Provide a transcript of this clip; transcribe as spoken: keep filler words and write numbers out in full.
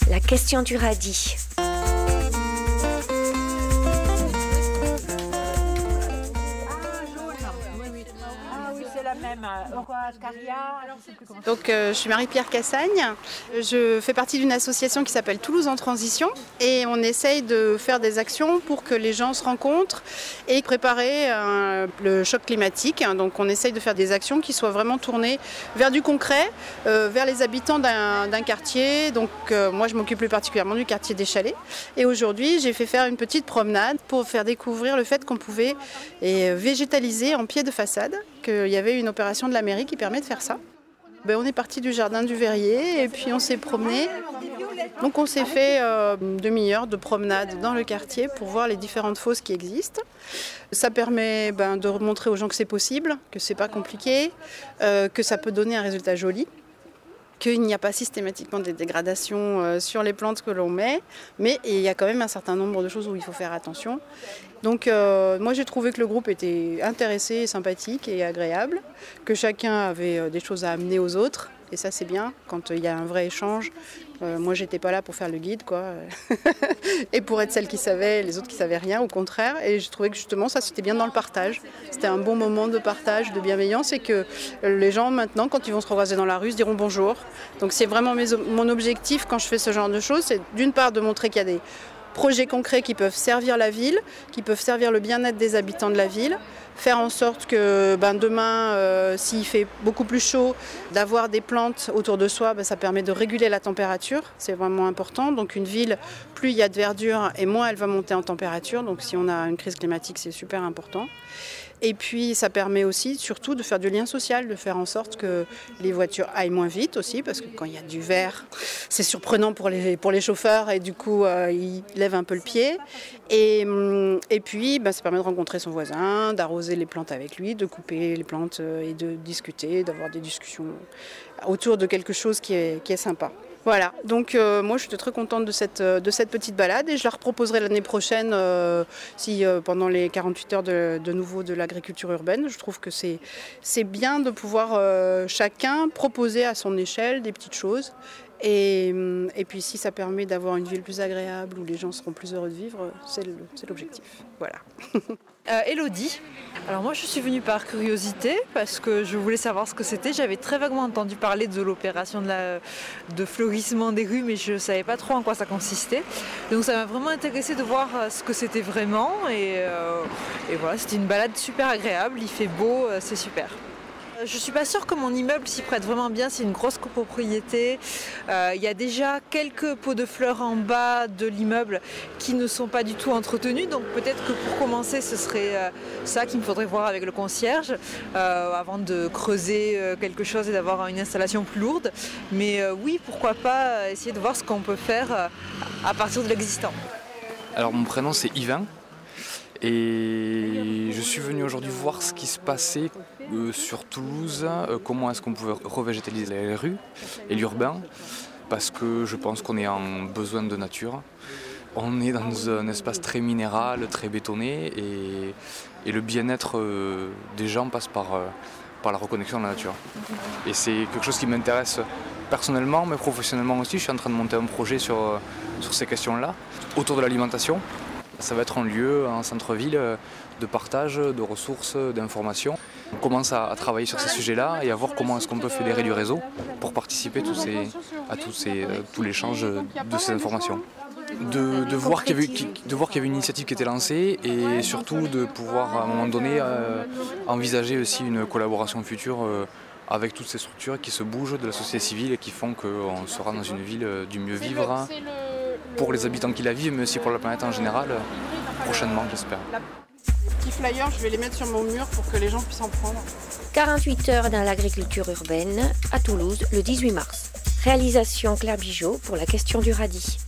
La question du radis. Donc, euh, je suis Marie-Pierre Cassagne. Je fais partie d'une association qui s'appelle Toulouse en transition et on essaye de faire des actions pour que les gens se rencontrent et préparer euh, le choc climatique. Donc, on essaye de faire des actions qui soient vraiment tournées vers du concret, euh, vers les habitants d'un, d'un quartier. Donc, euh, moi, je m'occupe plus particulièrement du quartier des Chalets. Et aujourd'hui, j'ai fait faire une petite promenade pour faire découvrir le fait qu'on pouvait et, végétaliser en pied de façade, qu'il y avait une opération de la mairie qui permet de faire ça. Ben, on est parti du jardin du Verrier et puis on s'est promené. Donc on s'est fait euh, une demi-heure de promenade dans le quartier pour voir les différentes fosses qui existent. Ça permet ben, de montrer aux gens que c'est possible, que c'est pas compliqué, euh, que ça peut donner un résultat joli, qu'il n'y a pas systématiquement des dégradations euh, sur les plantes que l'on met, mais il y a quand même un certain nombre de choses où il faut faire attention. Donc euh, moi j'ai trouvé que le groupe était intéressé, sympathique et agréable, que chacun avait euh, des choses à amener aux autres, et ça c'est bien quand il euh, y a un vrai échange. Euh, moi j'étais pas là pour faire le guide quoi, et pour être celle qui savait, les autres qui savaient rien, au contraire, et j'ai trouvé que justement ça c'était bien dans le partage. C'était un bon moment de partage, de bienveillance, et que les gens maintenant quand ils vont se croiser dans la rue se diront bonjour. Donc c'est vraiment mes, mon objectif quand je fais ce genre de choses, c'est d'une part de montrer qu'il y a des projets concrets qui peuvent servir la ville, qui peuvent servir le bien-être des habitants de la ville, faire en sorte que ben, demain, euh, s'il fait beaucoup plus chaud, d'avoir des plantes autour de soi, ben, ça permet de réguler la température, c'est vraiment important. Donc une ville, plus il y a de verdure et moins elle va monter en température, donc si on a une crise climatique, c'est super important. Et puis ça permet aussi surtout de faire du lien social, de faire en sorte que les voitures aillent moins vite aussi, parce que quand il y a du vert, c'est surprenant pour les, pour les chauffeurs et du coup euh, ils lèvent un peu le pied. Et, et puis ben, ça permet de rencontrer son voisin, d'arroser les plantes avec lui, de couper les plantes et de discuter, d'avoir des discussions autour de quelque chose qui est, qui est sympa. Voilà, donc euh, moi je suis très contente de cette, de cette petite balade et je la reproposerai l'année prochaine euh, si euh, pendant les quarante-huit heures de, de nouveau de l'agriculture urbaine. Je trouve que c'est, c'est bien de pouvoir euh, chacun proposer à son échelle des petites choses. Et, et puis si ça permet d'avoir une ville plus agréable où les gens seront plus heureux de vivre, c'est, le, c'est l'objectif. Voilà. Euh, Elodie. Alors moi je suis venue par curiosité parce que je voulais savoir ce que c'était. J'avais très vaguement entendu parler de l'opération de, la, de fleurissement des rues, mais je ne savais pas trop en quoi ça consistait. Donc ça m'a vraiment intéressée de voir ce que c'était vraiment. Et, euh, et voilà, c'était une balade super agréable, il fait beau, c'est super. Je ne suis pas sûre que mon immeuble s'y prête vraiment bien, c'est une grosse copropriété. Euh, il y a déjà quelques pots de fleurs en bas de l'immeuble qui ne sont pas du tout entretenus. Donc peut-être que pour commencer, ce serait euh, ça qu'il me faudrait voir avec le concierge euh, avant de creuser euh, quelque chose et d'avoir une installation plus lourde. Mais euh, oui, pourquoi pas essayer de voir ce qu'on peut faire euh, à partir de l'existant. Alors mon prénom c'est Yvain. Et je suis venu aujourd'hui voir ce qui se passait euh, sur Toulouse, euh, comment est-ce qu'on pouvait revégétaliser les rues et l'urbain, parce que je pense qu'on est en besoin de nature. On est dans un espace très minéral, très bétonné, et, et le bien-être euh, des gens passe par, euh, par la reconnexion à la nature. Et c'est quelque chose qui m'intéresse personnellement, mais professionnellement aussi. Je suis en train de monter un projet sur, euh, sur ces questions-là, autour de l'alimentation. Ça va être un lieu, un centre-ville de partage, de ressources, d'informations. On commence à, à travailler sur ces sujets-là et à voir comment est-ce qu'on peut fédérer du réseau pour participer tous ces, à tous ces, tout l'échange de ces informations. De, de, voir qu'il y avait, de voir qu'il y avait une initiative qui était lancée et surtout de pouvoir à un moment donné euh, envisager aussi une collaboration future euh, avec toutes ces structures qui se bougent de la société civile et qui font qu'on sera dans une ville du mieux vivre pour les habitants qui la vivent, mais aussi pour la planète en général, prochainement j'espère. Les petits flyers, je vais les mettre sur mon mur pour que les gens puissent en prendre. quarante-huit heures dans l'agriculture urbaine à Toulouse le dix-huit mars. Réalisation Claire Bigeot pour la question du radis.